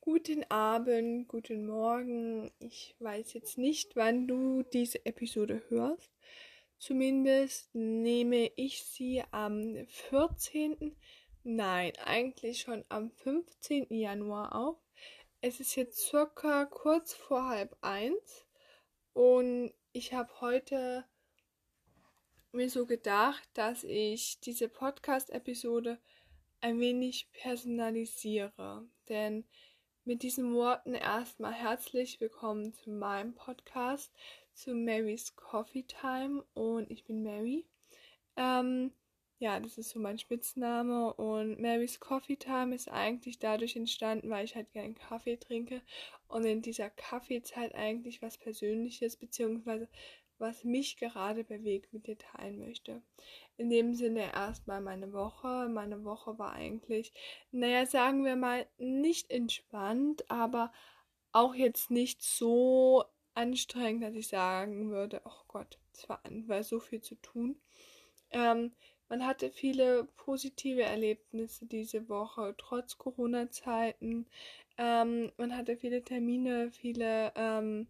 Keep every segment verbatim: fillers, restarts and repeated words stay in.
Guten Abend, guten Morgen. Ich weiß jetzt nicht, wann du diese Episode hörst. Zumindest nehme ich sie am vierzehnten. Nein, eigentlich schon am fünfzehnten Januar auf. Es ist jetzt circa kurz vor halb eins und ich habe heute mir so gedacht, dass ich diese Podcast-Episode ein wenig personalisiere. Denn mit diesen Worten erstmal herzlich willkommen zu meinem Podcast, zu Mary's Coffee Time, und ich bin Mary. Ähm, ja, das ist so mein Spitzname, und Mary's Coffee Time ist eigentlich dadurch entstanden, weil ich halt gerne Kaffee trinke und in dieser Kaffeezeit eigentlich was Persönliches beziehungsweise was mich gerade bewegt, mit dir teilen möchte. In dem Sinne erstmal meine Woche. Meine Woche war eigentlich, naja, sagen wir mal, nicht entspannt, aber auch jetzt nicht so anstrengend, dass ich sagen würde, oh Gott, es war, war so viel zu tun. Ähm, man hatte viele positive Erlebnisse diese Woche, trotz Corona-Zeiten. Ähm, man hatte viele Termine, viele ähm,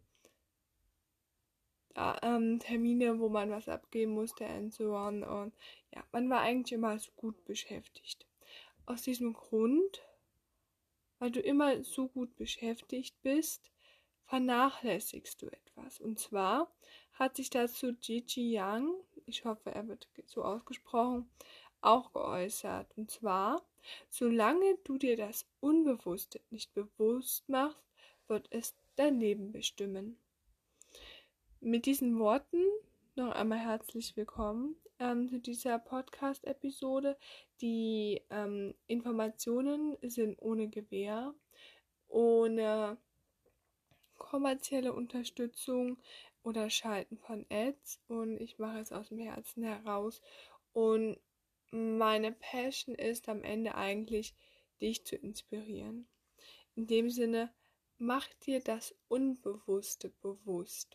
ja, ähm, Termine, wo man was abgeben musste und so on. Und ja, man war eigentlich immer so gut beschäftigt. Aus diesem Grund, weil du immer so gut beschäftigt bist, vernachlässigst du etwas. Und zwar hat sich dazu Gigi Young, ich hoffe, er wird so ausgesprochen, auch geäußert. Und zwar, solange du dir das Unbewusste nicht bewusst machst, wird es dein Leben bestimmen. Mit diesen Worten noch einmal herzlich willkommen ähm, zu dieser Podcast-Episode. Die ähm, Informationen sind ohne Gewähr, ohne kommerzielle Unterstützung oder Schalten von Ads, und ich mache es aus dem Herzen heraus. Und meine Passion ist am Ende eigentlich, dich zu inspirieren. In dem Sinne, mach dir das Unbewusste bewusst.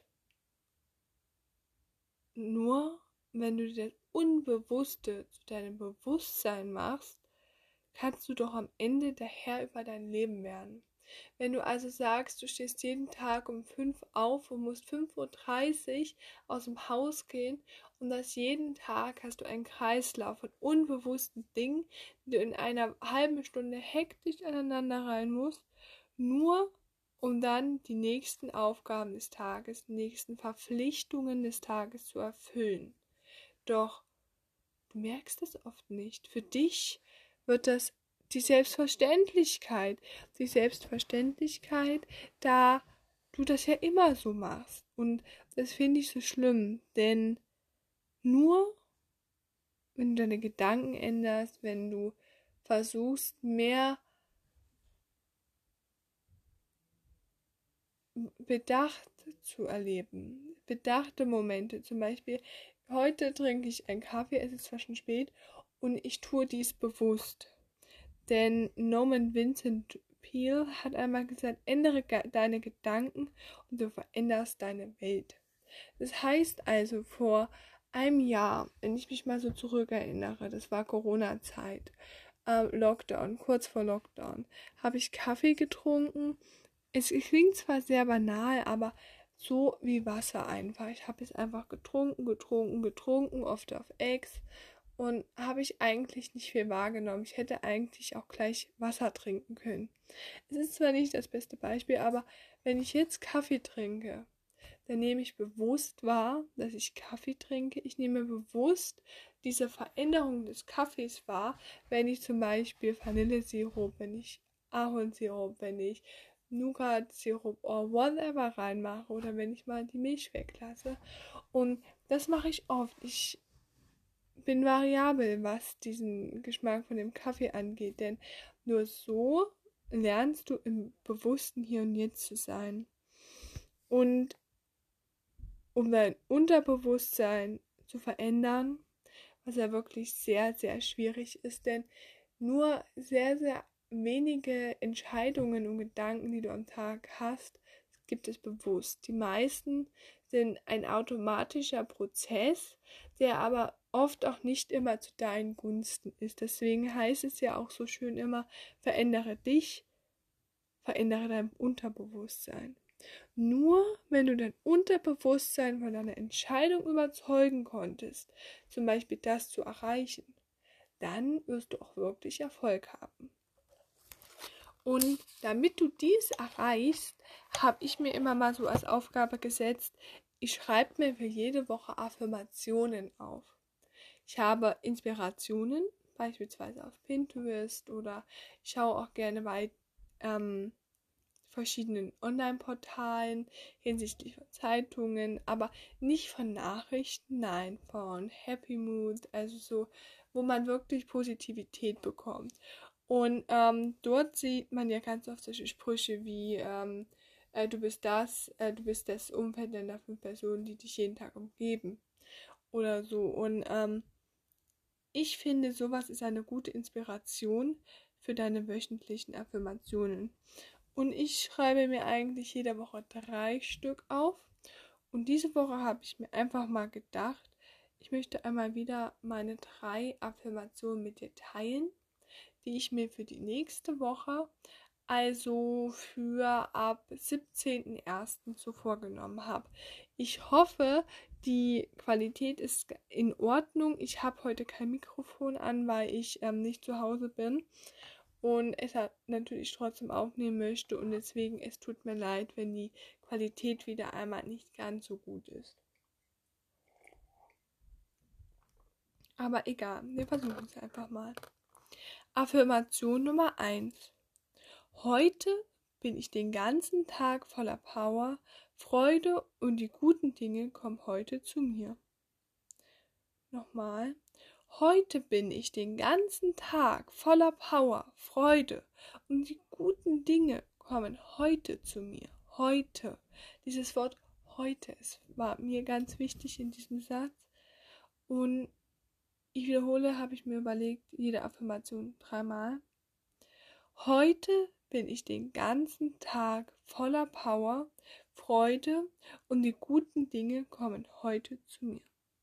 Nur wenn du das Unbewusste zu deinem Bewusstsein machst, kannst du doch am Ende der Herr über dein Leben werden. Wenn du also sagst, du stehst jeden Tag um fünf auf und musst fünf Uhr dreißig aus dem Haus gehen, und das jeden Tag, hast du einen Kreislauf von unbewussten Dingen, die du in einer halben Stunde hektisch aneinander rein musst, nur um dann die nächsten Aufgaben des Tages, die nächsten Verpflichtungen des Tages zu erfüllen. Doch du merkst es oft nicht. Für dich wird das die Selbstverständlichkeit, die Selbstverständlichkeit, da du das ja immer so machst. Und das finde ich so schlimm, denn nur wenn du deine Gedanken änderst, wenn du versuchst, mehr Bedacht zu erleben, bedachte Momente, zum Beispiel, heute trinke ich einen Kaffee, es ist zwar schon spät, und ich tue dies bewusst. Denn Norman Vincent Peale hat einmal gesagt, ändere deine Gedanken und du veränderst deine Welt. Das heißt also, vor einem Jahr, wenn ich mich mal so zurückerinnere, das war Corona-Zeit, äh, Lockdown, kurz vor Lockdown, habe ich Kaffee getrunken. Es klingt zwar sehr banal, aber so wie Wasser einfach. Ich habe es einfach getrunken, getrunken, getrunken, oft auf Ex, und habe ich eigentlich nicht viel wahrgenommen. Ich hätte eigentlich auch gleich Wasser trinken können. Es ist zwar nicht das beste Beispiel, aber wenn ich jetzt Kaffee trinke, dann nehme ich bewusst wahr, dass ich Kaffee trinke. Ich nehme bewusst diese Veränderung des Kaffees wahr, wenn ich zum Beispiel Vanillesirup, wenn ich Ahornsirup, wenn ich Nougat-Sirup oder whatever reinmache, oder wenn ich mal die Milch weglasse. Und das mache ich oft. Ich bin variabel, was diesen Geschmack von dem Kaffee angeht, denn nur so lernst du im bewussten Hier und Jetzt zu sein. Und um dein Unterbewusstsein zu verändern, was ja wirklich sehr, sehr schwierig ist, denn nur sehr, sehr wenige Entscheidungen und Gedanken, die du am Tag hast, gibt es bewusst. Die meisten sind ein automatischer Prozess, der aber oft auch nicht immer zu deinen Gunsten ist. Deswegen heißt es ja auch so schön immer, verändere dich, verändere dein Unterbewusstsein. Nur wenn du dein Unterbewusstsein von deiner Entscheidung überzeugen konntest, zum Beispiel das zu erreichen, dann wirst du auch wirklich Erfolg haben. Und damit du dies erreichst, habe ich mir immer mal so als Aufgabe gesetzt, ich schreibe mir für jede Woche Affirmationen auf. Ich habe Inspirationen, beispielsweise auf Pinterest, oder ich schaue auch gerne bei ähm, verschiedenen Online-Portalen hinsichtlich von Zeitungen, aber nicht von Nachrichten, nein, von Happy Mood, also so, wo man wirklich Positivität bekommt. Und ähm, dort sieht man ja ganz oft solche Sprüche wie ähm, äh, du bist das, äh, du bist das Umfeld deiner fünf Personen, die dich jeden Tag umgeben oder so. Und ähm, ich finde, sowas ist eine gute Inspiration für deine wöchentlichen Affirmationen. Und ich schreibe mir eigentlich jede Woche drei Stück auf. Und diese Woche habe ich mir einfach mal gedacht, ich möchte einmal wieder meine drei Affirmationen mit dir teilen, die ich mir für die nächste Woche, also für ab siebzehnten ersten so vorgenommen habe. Ich hoffe, die Qualität ist in Ordnung. Ich habe heute kein Mikrofon an, weil ich ähm, nicht zu Hause bin und es natürlich trotzdem aufnehmen möchte, und deswegen, es tut mir leid, wenn die Qualität wieder einmal nicht ganz so gut ist. Aber egal, wir versuchen es einfach mal. Affirmation Nummer eins. Heute bin ich den ganzen Tag voller Power, Freude und die guten Dinge kommen heute zu mir. Nochmal. Heute bin ich den ganzen Tag voller Power, Freude und die guten Dinge kommen heute zu mir. Heute. Dieses Wort heute, es war mir ganz wichtig in diesem Satz. Und ich wiederhole, habe ich mir überlegt, jede Affirmation dreimal. Heute bin ich den ganzen Tag voller Power, Freude und die guten Dinge kommen heute zu mir.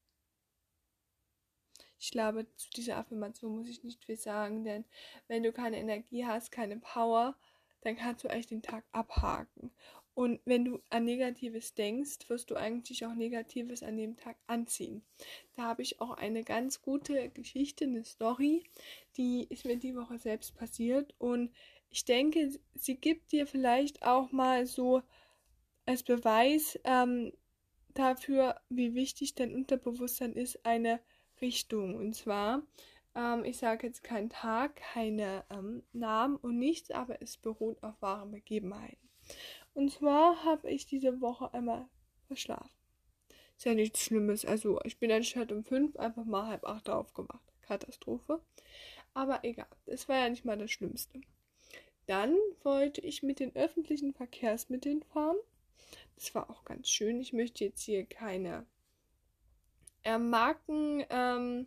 Ich glaube, zu dieser Affirmation muss ich nicht viel sagen, denn wenn du keine Energie hast, keine Power, dann kannst du eigentlich den Tag abhaken. Und wenn du an Negatives denkst, wirst du eigentlich auch Negatives an dem Tag anziehen. Da habe ich auch eine ganz gute Geschichte, eine Story, die ist mir die Woche selbst passiert. Und ich denke, sie gibt dir vielleicht auch mal so als Beweis ähm, dafür, wie wichtig dein Unterbewusstsein ist, eine Richtung. Und zwar, ähm, ich sage jetzt keinen Tag, keine ähm, Namen und nichts, aber es beruht auf wahren Begebenheiten. Und zwar habe ich diese Woche einmal verschlafen. Ist ja nichts Schlimmes. Also ich bin anstatt um fünf einfach mal halb acht aufgewacht. Katastrophe. Aber egal, das war ja nicht mal das Schlimmste. Dann wollte ich mit den öffentlichen Verkehrsmitteln fahren. Das war auch ganz schön. Ich möchte jetzt hier keine äh, Marken, ähm,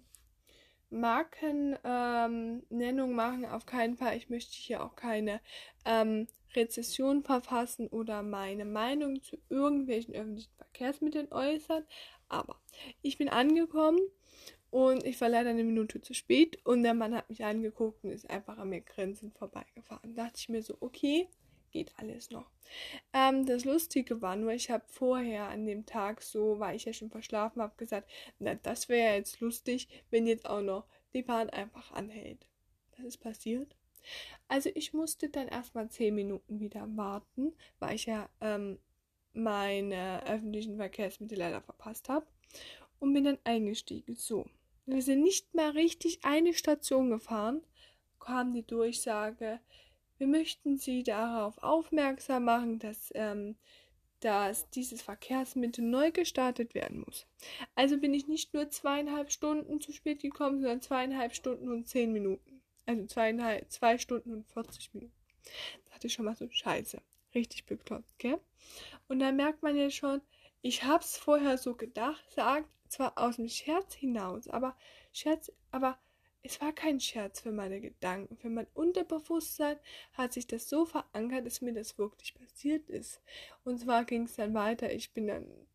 Markennennung ähm, machen, auf keinen Fall. Ich möchte hier auch keine ähm, Rezession verfassen oder meine Meinung zu irgendwelchen öffentlichen Verkehrsmitteln äußern. Aber ich bin angekommen und ich war leider eine Minute zu spät und der Mann hat mich angeguckt und ist einfach an mir grinsend vorbeigefahren. Da dachte ich mir so, okay, geht alles noch. Ähm, das Lustige war nur, ich habe vorher an dem Tag so, weil ich ja schon verschlafen habe, gesagt, na, das wäre ja jetzt lustig, wenn jetzt auch noch die Bahn einfach anhält. Was ist passiert? Also ich musste dann erstmal zehn Minuten wieder warten, weil ich ja ähm, meine öffentlichen Verkehrsmittel leider verpasst habe, und bin dann eingestiegen. So, wir sind nicht mal richtig eine Station gefahren, kam die Durchsage, wir möchten Sie darauf aufmerksam machen, dass, ähm, dass dieses Verkehrsmittel neu gestartet werden muss. Also bin ich nicht nur zweieinhalb Stunden zu spät gekommen, sondern zweieinhalb Stunden und zehn Minuten. Also zweieinhalb, zwei Stunden und vierzig Minuten. Da dachte ich schon mal so, scheiße, richtig bekloppt, gell? Und dann merkt man ja schon, ich hab's vorher so gedacht, sagt zwar aus dem Scherz hinaus, aber Scherz, aber es war kein Scherz für meine Gedanken. Für mein Unterbewusstsein hat sich das so verankert, dass mir das wirklich passiert ist. Und zwar ging es dann weiter. Ich bin dann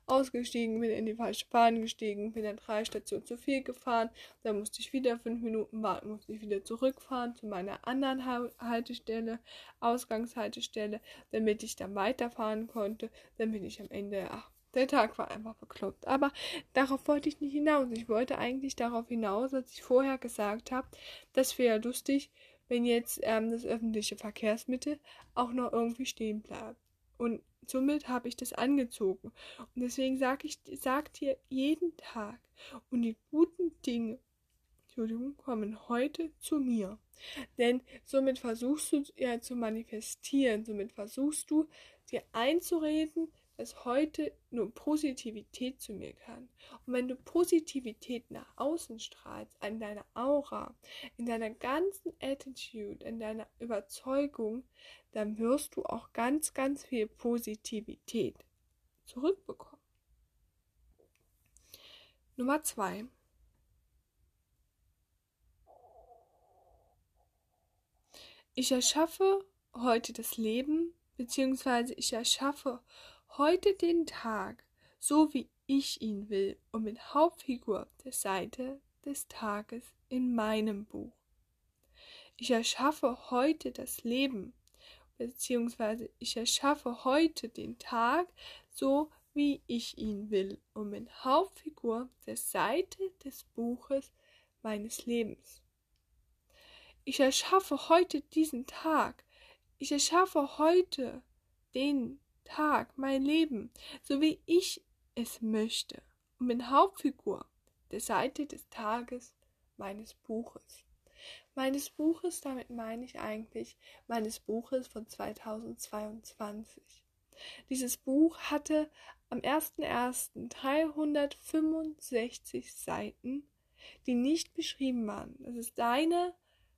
ausgestiegen, bin in die falsche Bahn gestiegen, bin dann drei Stationen zu viel gefahren, dann musste ich wieder fünf Minuten warten, musste ich wieder zurückfahren zu meiner anderen Haltestelle, Ausgangshaltestelle, damit ich dann weiterfahren konnte. Dann bin ich am Ende, ach, der Tag war einfach bekloppt. Aber darauf wollte ich nicht hinaus. Ich wollte eigentlich darauf hinaus, als ich vorher gesagt habe, das wäre lustig, wenn jetzt ähm, das öffentliche Verkehrsmittel auch noch irgendwie stehen bleibt. Und somit habe ich das angezogen. Und deswegen sage ich, sag dir jeden Tag, und die guten Dinge, Entschuldigung, kommen heute zu mir. Denn somit versuchst du ja zu manifestieren, somit versuchst du dir einzureden, dass heute nur Positivität zu mir kann. Und wenn du Positivität nach außen strahlst, an deiner Aura, in deiner ganzen Attitude, in deiner Überzeugung, dann wirst du auch ganz, ganz viel Positivität zurückbekommen. Nummer zwei. Ich erschaffe heute das Leben, beziehungsweise ich erschaffe heute den Tag, so wie ich ihn will, und bin Hauptfigur der Seite des Tages in meinem Buch. Ich erschaffe heute das Leben, beziehungsweise ich erschaffe heute den Tag, so wie ich ihn will, und bin Hauptfigur der Seite des Buches meines Lebens. Ich erschaffe heute diesen Tag. Ich erschaffe heute den Tag, mein Leben, so wie ich es möchte, und bin Hauptfigur der Seite des Tages meines Buches. Meines Buches, damit meine ich eigentlich meines Buches von zweitausendzweiundzwanzig. Dieses Buch hatte am ersten ersten dreihundertfünfundsechzig Seiten, die nicht beschrieben waren. Das ist deine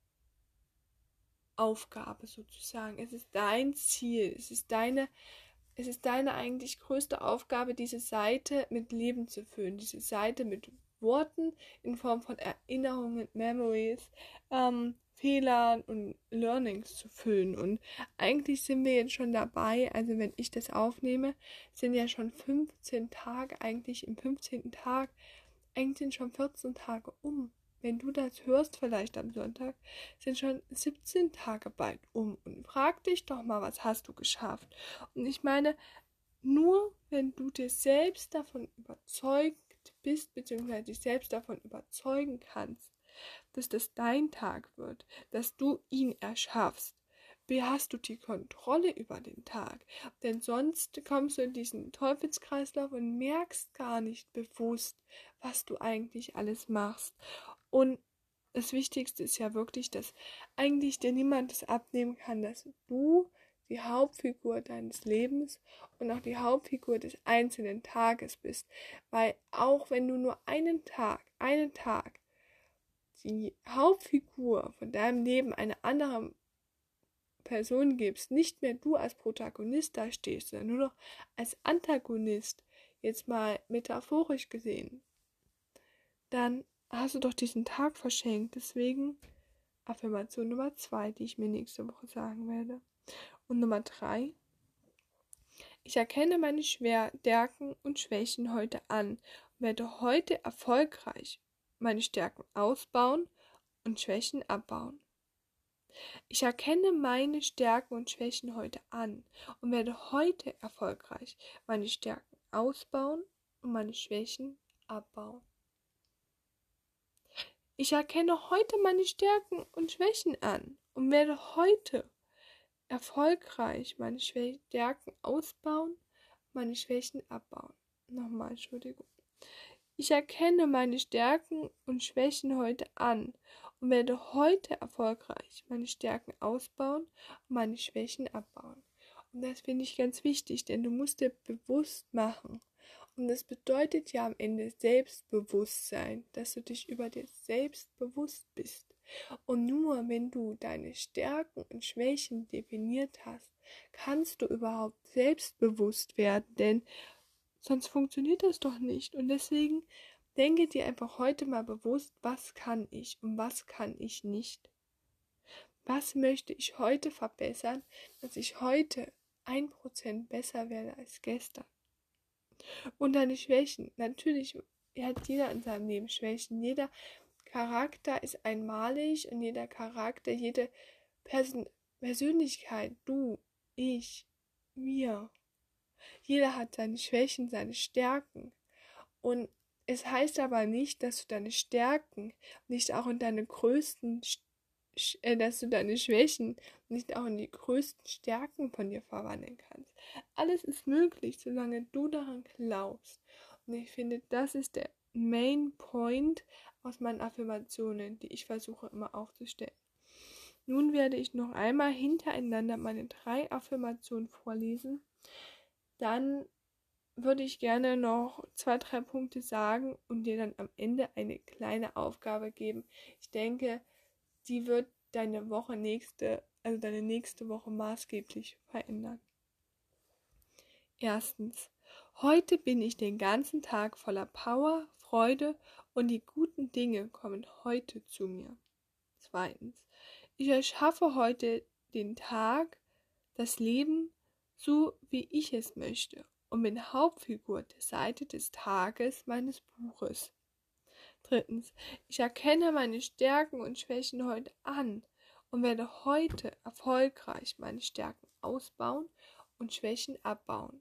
Aufgabe sozusagen. Es ist dein Ziel. Es ist deine, es ist deine eigentlich größte Aufgabe, diese Seite mit Leben zu füllen. Diese Seite mit Worten in Form von Erinnerungen, Memories, ähm, Fehlern und Learnings zu füllen. Und eigentlich sind wir jetzt schon dabei, also wenn ich das aufnehme, sind ja schon fünfzehn Tage, eigentlich im fünfzehnten Tag, eigentlich sind schon vierzehn Tage um. Wenn du das hörst, vielleicht am Sonntag, sind schon siebzehn Tage bald um. Und frag dich doch mal, was hast du geschafft? Und ich meine, nur wenn du dir selbst davon überzeugt bist, beziehungsweise dich selbst davon überzeugen kannst, dass das dein Tag wird, dass du ihn erschaffst, hast du die Kontrolle über den Tag. Denn sonst kommst du in diesen Teufelskreislauf und merkst gar nicht bewusst, was du eigentlich alles machst. Und das Wichtigste ist ja wirklich, dass eigentlich dir niemand das abnehmen kann, dass du die Hauptfigur deines Lebens und auch die Hauptfigur des einzelnen Tages bist. Weil auch wenn du nur einen Tag, einen Tag die Hauptfigur von deinem Leben einer anderen Person gibst, nicht mehr du als Protagonist da stehst, sondern nur noch als Antagonist, jetzt mal metaphorisch gesehen, dann hast du doch diesen Tag verschenkt. Deswegen Affirmation Nummer zwei, die ich mir nächste Woche sagen werde. Und Nummer drei. Ich erkenne meine Stärken und Schwächen heute an und werde heute erfolgreich meine Stärken ausbauen und Schwächen abbauen. Ich erkenne meine Stärken und Schwächen heute an und werde heute erfolgreich meine Stärken ausbauen und meine Schwächen abbauen. Ich erkenne heute meine Stärken und Schwächen an und werde heute erfolgreich meine Stärken ausbauen, meine Schwächen abbauen. Nochmal, Entschuldigung. Ich erkenne meine Stärken und Schwächen heute an und werde heute erfolgreich meine Stärken ausbauen und meine Schwächen abbauen. Und das finde ich ganz wichtig, denn du musst dir bewusst machen. Und das bedeutet ja am Ende Selbstbewusstsein, dass du dich über dir selbst bewusst bist. Und nur wenn du deine Stärken und Schwächen definiert hast, kannst du überhaupt selbstbewusst werden, denn sonst funktioniert das doch nicht. Und deswegen denke dir einfach heute mal bewusst, was kann ich und was kann ich nicht. Was möchte ich heute verbessern, dass ich heute ein Prozent besser werde als gestern. Und deine Schwächen, natürlich hat jeder in seinem Leben Schwächen. Jeder Charakter ist einmalig und jeder Charakter, jede Person, Persönlichkeit, du, ich, wir, jeder hat seine Schwächen, seine Stärken. Und es heißt aber nicht, dass du deine Stärken nicht auch in deine größten, äh, dass du deine Schwächen nicht auch in die größten Stärken von dir verwandeln kannst. Alles ist möglich, solange du daran glaubst. Und ich finde, das ist der Main Point aus meinen Affirmationen, die ich versuche immer aufzustellen. Nun werde ich noch einmal hintereinander meine drei Affirmationen vorlesen. Dann würde ich gerne noch zwei, drei Punkte sagen und dir dann am Ende eine kleine Aufgabe geben. Ich denke, die wird deine Woche nächste, also deine nächste Woche maßgeblich verändern. Erstens, heute bin ich den ganzen Tag voller Power, Freude und die guten Dinge kommen heute zu mir. Zweitens, ich erschaffe heute den Tag, das Leben, so wie ich es möchte und bin Hauptfigur der Seite des Tages meines Buches. Drittens, ich erkenne meine Stärken und Schwächen heute an und werde heute erfolgreich meine Stärken ausbauen und Schwächen abbauen.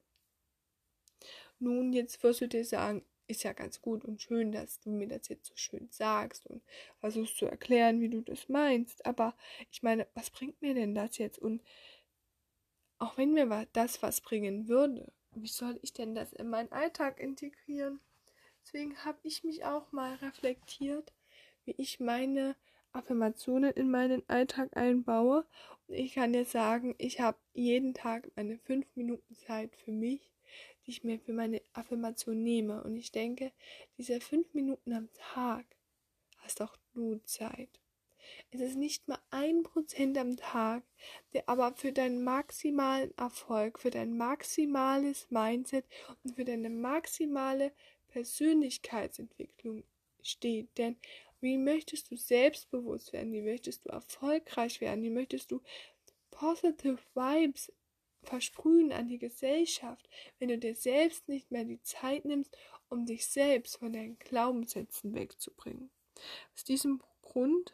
Nun, jetzt wirst du dir sagen, ist ja ganz gut und schön, dass du mir das jetzt so schön sagst und versuchst zu erklären, wie du das meinst, aber ich meine, was bringt mir denn das jetzt? Und auch wenn mir das was bringen würde, wie soll ich denn das in meinen Alltag integrieren? Deswegen habe ich mich auch mal reflektiert, wie ich meine Affirmationen in meinen Alltag einbaue. Und ich kann dir sagen, ich habe jeden Tag meine fünf Minuten Zeit für mich, die ich mir für meine Affirmation nehme. Und ich denke, diese fünf Minuten am Tag hast auch du Zeit. Es ist nicht mal ein Prozent am Tag, der aber für deinen maximalen Erfolg, für dein maximales Mindset und für deine maximale Persönlichkeitsentwicklung steht. Denn wie möchtest du selbstbewusst werden? Wie möchtest du erfolgreich werden? Wie möchtest du positive Vibes versprühen an die Gesellschaft, wenn du dir selbst nicht mehr die Zeit nimmst, um dich selbst von deinen Glaubenssätzen wegzubringen? Aus diesem Grund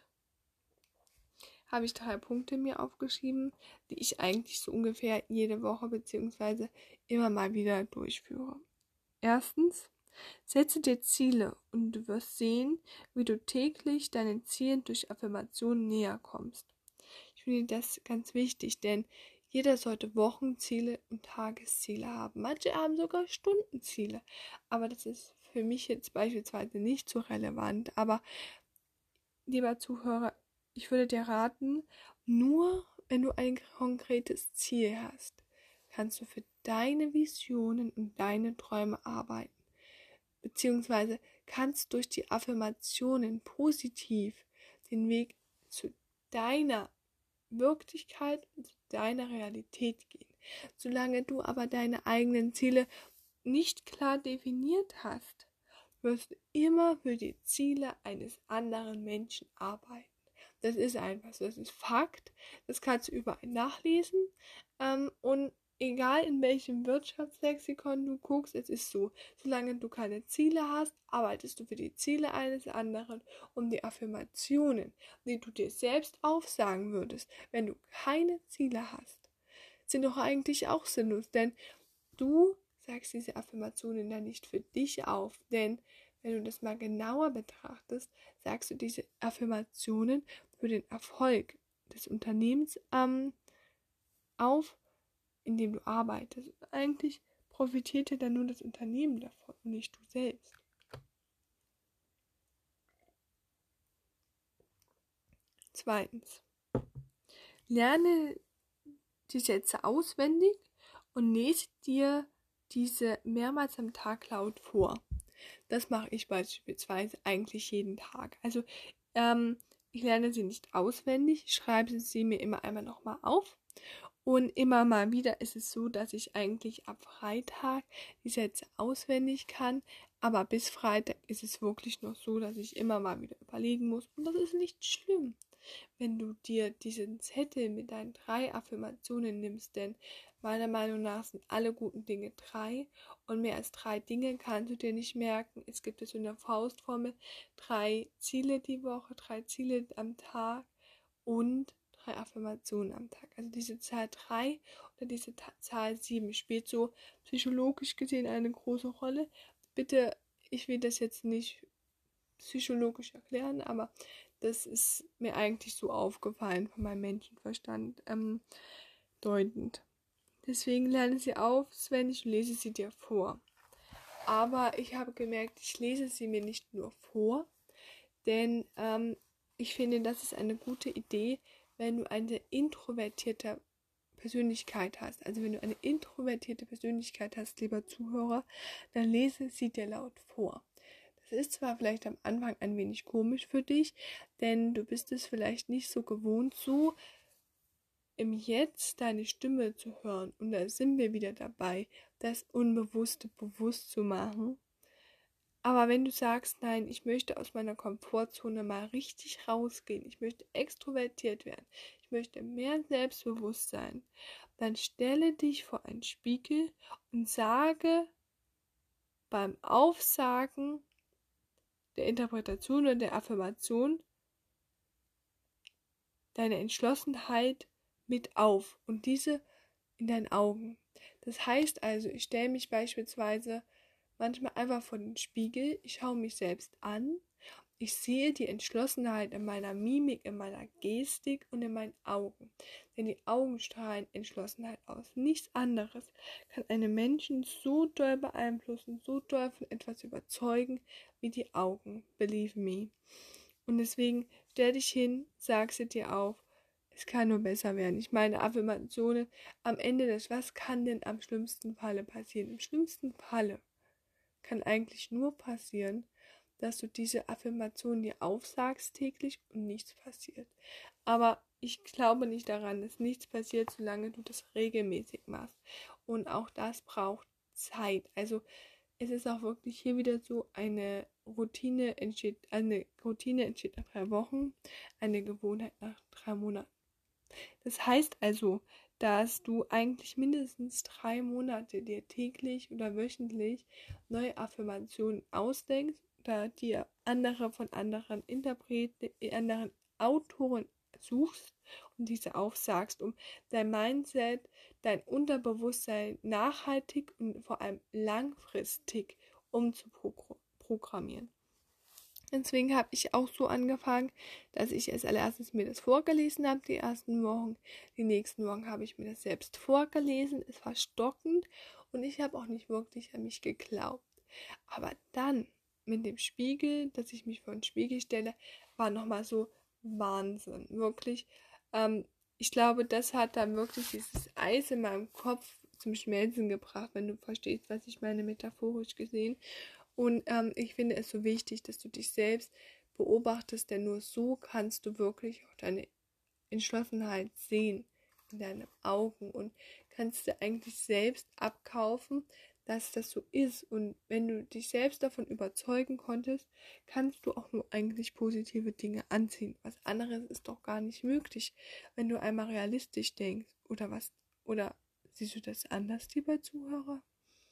habe ich drei Punkte mir aufgeschrieben, die ich eigentlich so ungefähr jede Woche bzw. immer mal wieder durchführe. Erstens, setze dir Ziele und du wirst sehen, wie du täglich deinen Zielen durch Affirmationen näher kommst. Ich finde das ganz wichtig, denn jeder sollte Wochenziele und Tagesziele haben. Manche haben sogar Stundenziele, aber das ist für mich jetzt beispielsweise nicht so relevant. Aber lieber Zuhörer, ich würde dir raten, nur wenn du ein konkretes Ziel hast, kannst du für deine Visionen und deine Träume arbeiten. Beziehungsweise kannst durch die Affirmationen positiv den Weg zu deiner Wirklichkeit und zu deiner Realität gehen. Solange du aber deine eigenen Ziele nicht klar definiert hast, wirst du immer für die Ziele eines anderen Menschen arbeiten. Das ist einfach so, das ist Fakt, das kannst du überall nachlesen ähm, und egal in welchem Wirtschaftslexikon du guckst, es ist so, solange du keine Ziele hast, arbeitest du für die Ziele eines anderen und die Affirmationen, die du dir selbst aufsagen würdest, wenn du keine Ziele hast, sind doch eigentlich auch sinnlos, denn du sagst diese Affirmationen dann nicht für dich auf, denn wenn du das mal genauer betrachtest, sagst du diese Affirmationen für den Erfolg des Unternehmens ähm, auf, in dem du arbeitest. Eigentlich profitiert ja dann nur das Unternehmen davon und nicht du selbst. Zweitens, lerne die Sätze auswendig und lese dir diese mehrmals am Tag laut vor. Das mache ich beispielsweise eigentlich jeden Tag. Also ähm, ich lerne sie nicht auswendig, ich schreibe sie mir immer einmal nochmal auf. Und immer mal wieder ist es so, dass ich eigentlich ab Freitag die Sätze auswendig kann. Aber bis Freitag ist es wirklich noch so, dass ich immer mal wieder überlegen muss. Und das ist nicht schlimm. wenn du dir diesen Zettel mit deinen drei Affirmationen nimmst, denn meiner Meinung nach sind alle guten Dinge drei und mehr als drei Dinge kannst du dir nicht merken. Es gibt so eine Faustformel, drei Ziele die Woche, drei Ziele am Tag und drei Affirmationen am Tag. Also diese Zahl drei oder diese Ta- Zahl sieben spielt so psychologisch gesehen eine große Rolle. Bitte, ich will das jetzt nicht psychologisch erklären, aber das ist mir eigentlich so aufgefallen von meinem Menschenverstand ähm, deutend. Deswegen lerne sie auswendig und lese sie dir vor. Aber ich habe gemerkt, ich lese sie mir nicht nur vor, denn ähm, ich finde, das ist eine gute Idee, wenn du eine introvertierte Persönlichkeit hast. Also wenn du eine introvertierte Persönlichkeit hast, lieber Zuhörer, dann lese sie dir laut vor. Das ist zwar vielleicht am Anfang ein wenig komisch für dich, denn du bist es vielleicht nicht so gewohnt, so im Jetzt deine Stimme zu hören. Und da sind wir wieder dabei, das Unbewusste bewusst zu machen. Aber wenn du sagst, nein, ich möchte aus meiner Komfortzone mal richtig rausgehen, ich möchte extrovertiert werden, ich möchte mehr Selbstbewusstsein, dann stelle dich vor einen Spiegel und sage beim Aufsagen der Interpretation und der Affirmation deine Entschlossenheit mit auf und diese in deinen Augen. Das heißt also, ich stelle mich beispielsweise manchmal einfach vor den Spiegel, ich schaue mich selbst an, ich sehe die Entschlossenheit in meiner Mimik, in meiner Gestik und in meinen Augen. Denn die Augen strahlen Entschlossenheit aus. Nichts anderes kann einen Menschen so doll beeinflussen, so doll von etwas überzeugen, wie die Augen. Believe me. Und deswegen stell dich hin, sag sie dir auf. Es kann nur besser werden. Ich meine, Affirmationen am Ende des, was kann denn am schlimmsten Falle passieren? Im schlimmsten Falle kann eigentlich nur passieren, dass du diese Affirmation dir aufsagst täglich und nichts passiert. Aber ich glaube nicht daran, dass nichts passiert, solange du das regelmäßig machst. Und auch das braucht Zeit. Also es ist auch wirklich hier wieder so, eine Routine entsteht, eine Routine entsteht nach drei Wochen, eine Gewohnheit nach drei Monaten. Das heißt also, dass du eigentlich mindestens drei Monate dir täglich oder wöchentlich neue Affirmationen ausdenkst oder dir andere von anderen Interpreten, anderen Autoren suchst und diese aufsagst, um dein Mindset, dein Unterbewusstsein nachhaltig und vor allem langfristig umzuprogrammieren. Deswegen habe ich auch so angefangen, dass ich als allererstes mir das vorgelesen habe, die ersten Wochen. Die nächsten Wochen habe ich mir das selbst vorgelesen. Es war stockend und ich habe auch nicht wirklich an mich geglaubt. Aber dann mit dem Spiegel, dass ich mich vor den Spiegel stelle, war nochmal so Wahnsinn. Wirklich, ähm, ich glaube, das hat dann wirklich dieses Eis in meinem Kopf zum Schmelzen gebracht, wenn du verstehst, was ich meine, metaphorisch gesehen. Und ähm, ich finde es so wichtig, dass du dich selbst beobachtest, denn nur so kannst du wirklich auch deine Entschlossenheit sehen in deinen Augen und kannst dir eigentlich selbst abkaufen, dass das so ist. Und wenn du dich selbst davon überzeugen konntest, kannst du auch nur eigentlich positive Dinge anziehen. Was anderes ist doch gar nicht möglich, wenn du einmal realistisch denkst. Oder was? Oder siehst du das anders, lieber Zuhörer?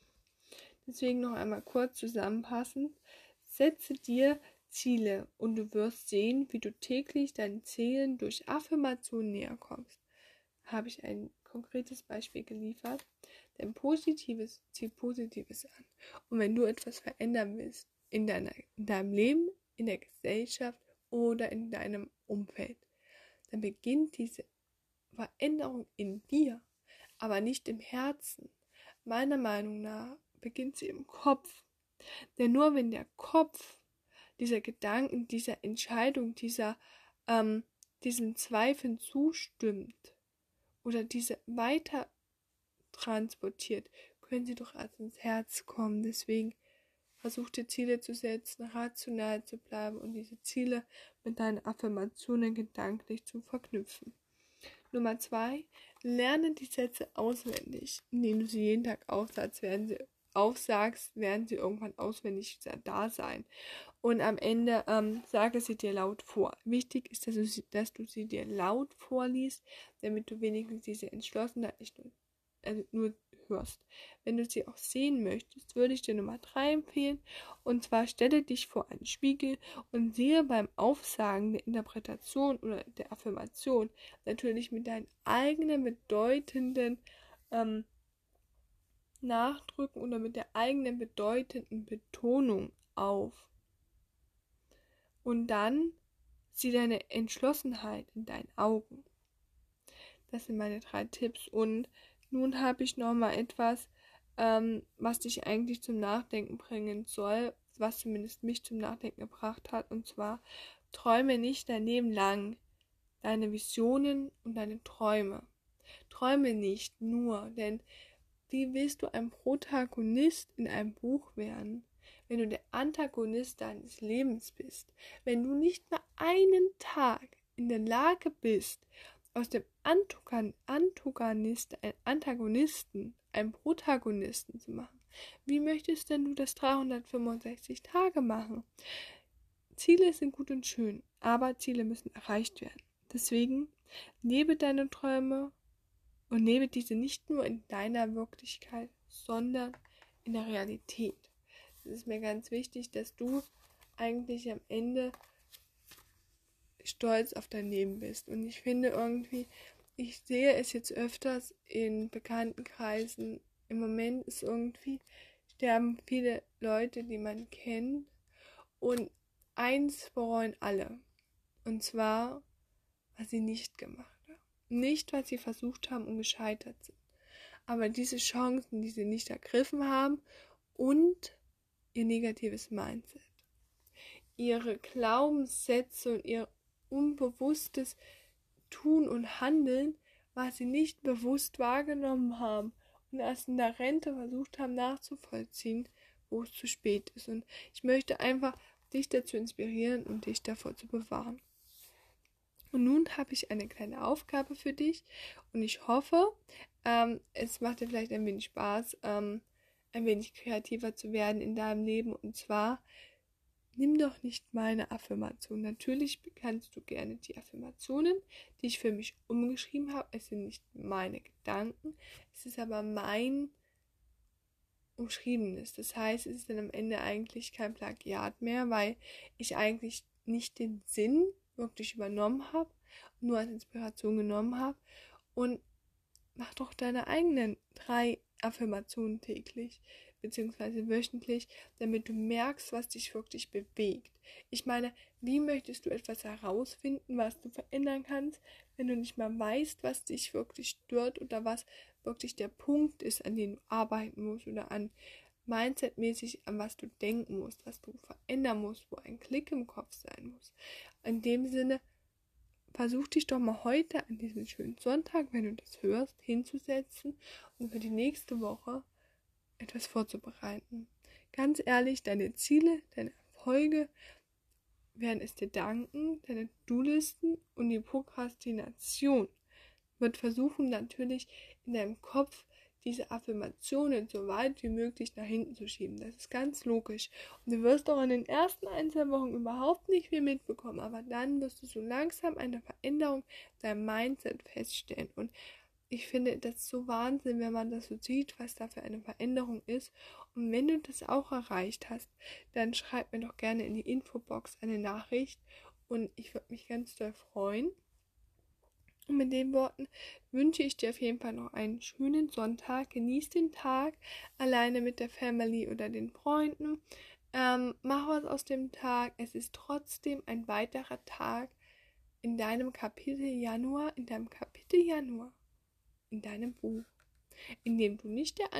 Deswegen noch einmal kurz zusammenfassend. Setze dir Ziele und du wirst sehen, wie du täglich deinen Zielen durch Affirmation näher kommst. Habe ich ein konkretes Beispiel geliefert. Denn Positives zieht Positives an. Und wenn du etwas verändern willst in, deiner, in deinem Leben, in der Gesellschaft oder in deinem Umfeld, dann beginnt diese Veränderung in dir, aber nicht im Herzen. Meiner Meinung nach beginnt sie im Kopf. Denn nur wenn der Kopf dieser Gedanken, dieser Entscheidung, dieser, ähm, diesen Zweifeln zustimmt oder diese weiter transportiert, können sie doch erst ins Herz kommen. Deswegen versuch dir Ziele zu setzen, rational zu bleiben und diese Ziele mit deinen Affirmationen gedanklich zu verknüpfen. Nummer zwei, lerne die Sätze auswendig, indem du sie jeden Tag aufsagst, werden sie aufsagst, werden sie irgendwann auswendig da sein. Und am Ende ähm, sage sie dir laut vor. Wichtig ist, dass du, sie, dass du sie dir laut vorliest, damit du wenigstens diese Entschlossenheit nicht nur, also nur hörst. Wenn du sie auch sehen möchtest, würde ich dir Nummer drei empfehlen. Und zwar stelle dich vor einen Spiegel und sehe beim Aufsagen der Interpretation oder der Affirmation natürlich mit deinen eigenen bedeutenden ähm, Nachdrücken oder mit der eigenen bedeutenden Betonung auf. Und dann sieh deine Entschlossenheit in deinen Augen. Das sind meine drei Tipps. Und nun habe ich noch mal etwas, ähm, was dich eigentlich zum Nachdenken bringen soll, was zumindest mich zum Nachdenken gebracht hat. Und zwar, träume nicht dein Leben lang deine Visionen und deine Träume. Träume nicht nur, denn wie willst du ein Protagonist in einem Buch werden, wenn du der Antagonist deines Lebens bist? Wenn du nicht mal einen Tag in der Lage bist, aus dem Antagonist, einen Antagonisten, einen Protagonisten zu machen. Wie möchtest denn du das dreihundertfünfundsechzig Tage machen? Ziele sind gut und schön, aber Ziele müssen erreicht werden. Deswegen lebe deine Träume und lebe diese nicht nur in deiner Wirklichkeit, sondern in der Realität. Es ist mir ganz wichtig, dass du eigentlich am Ende stolz auf dein Leben bist. Und ich finde irgendwie, ich sehe es jetzt öfters in Bekanntenkreisen. Im Moment ist irgendwie, sterben viele Leute, die man kennt. Und eins bereuen alle. Und zwar, was sie nicht gemacht haben. Nicht, was sie versucht haben und gescheitert sind. Aber diese Chancen, die sie nicht ergriffen haben und ihr negatives Mindset. Ihre Glaubenssätze und ihr unbewusstes Tun und Handeln, was sie nicht bewusst wahrgenommen haben und erst in der Rente versucht haben nachzuvollziehen, wo es zu spät ist. Und ich möchte einfach dich dazu inspirieren und dich davor zu bewahren. Und nun habe ich eine kleine Aufgabe für dich und ich hoffe, ähm, es macht dir vielleicht ein wenig Spaß, ähm, ein wenig kreativer zu werden in deinem Leben. Und zwar, nimm doch nicht meine Affirmation. Natürlich kannst du gerne die Affirmationen, die ich für mich umgeschrieben habe. Es sind nicht meine Gedanken, es ist aber mein Umschriebenes. Das heißt, es ist dann am Ende eigentlich kein Plagiat mehr, weil ich eigentlich nicht den Sinn wirklich übernommen habe, nur als Inspiration genommen habe. Und mach doch deine eigenen drei Affirmationen täglich beziehungsweise wöchentlich, damit du merkst, was dich wirklich bewegt. Ich meine, wie möchtest du etwas herausfinden, was du verändern kannst, wenn du nicht mal weißt, was dich wirklich stört oder was wirklich der Punkt ist, an dem du arbeiten musst oder an Mindset-mäßig, an was du denken musst, was du verändern musst, wo ein Klick im Kopf sein muss. In dem Sinne, versuch dich doch mal heute an diesem schönen Sonntag, wenn du das hörst, hinzusetzen und für die nächste Woche etwas vorzubereiten. Ganz ehrlich, deine Ziele, deine Erfolge werden es dir danken, deine To-Do-Listen und die Prokrastination wird versuchen natürlich in deinem Kopf diese Affirmationen so weit wie möglich nach hinten zu schieben. Das ist ganz logisch. Und du wirst auch in den ersten ein, zwei Wochen überhaupt nicht viel mitbekommen, aber dann wirst du so langsam eine Veränderung deinem Mindset feststellen. Und ich finde das so Wahnsinn, wenn man das so sieht, was da für eine Veränderung ist. Und wenn du das auch erreicht hast, dann schreib mir doch gerne in die Infobox eine Nachricht und ich würde mich ganz doll freuen. Und mit den Worten wünsche ich dir auf jeden Fall noch einen schönen Sonntag. Genieß den Tag alleine mit der Family oder den Freunden. Ähm, mach was aus dem Tag. Es ist trotzdem ein weiterer Tag in deinem Kapitel Januar, in deinem Kapitel Januar, in deinem Buch, in dem du nicht der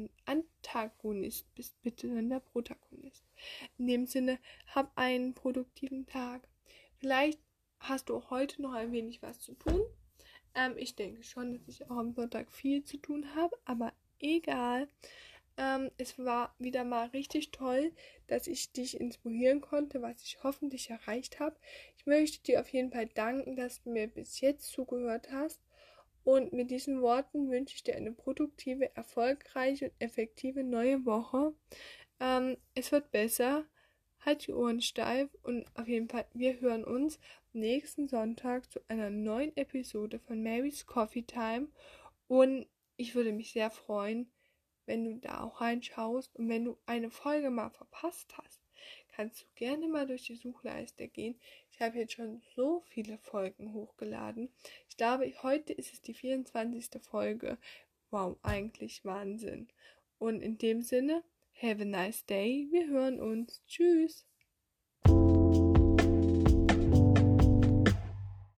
Antagonist bist, bitte, sondern der Protagonist. In dem Sinne, hab einen produktiven Tag. Vielleicht hast du heute noch ein wenig was zu tun. Ähm, ich denke schon, dass ich auch am Sonntag viel zu tun habe, aber egal. Ähm, es war wieder mal richtig toll, dass ich dich inspirieren konnte, was ich hoffentlich erreicht habe. Ich möchte dir auf jeden Fall danken, dass du mir bis jetzt zugehört hast. Und mit diesen Worten wünsche ich dir eine produktive, erfolgreiche und effektive neue Woche. Ähm, es wird besser. Halt die Ohren steif und auf jeden Fall, wir hören uns nächsten Sonntag zu einer neuen Episode von Mary's Coffee Time. Und ich würde mich sehr freuen, wenn du da auch reinschaust. Und wenn du eine Folge mal verpasst hast, kannst du gerne mal durch die Suchleiste gehen. Ich habe jetzt schon so viele Folgen hochgeladen. Ich glaube, heute ist es die vierundzwanzigste Folge. Wow, eigentlich Wahnsinn. Und in dem Sinne, have a nice day. Wir hören uns. Tschüss.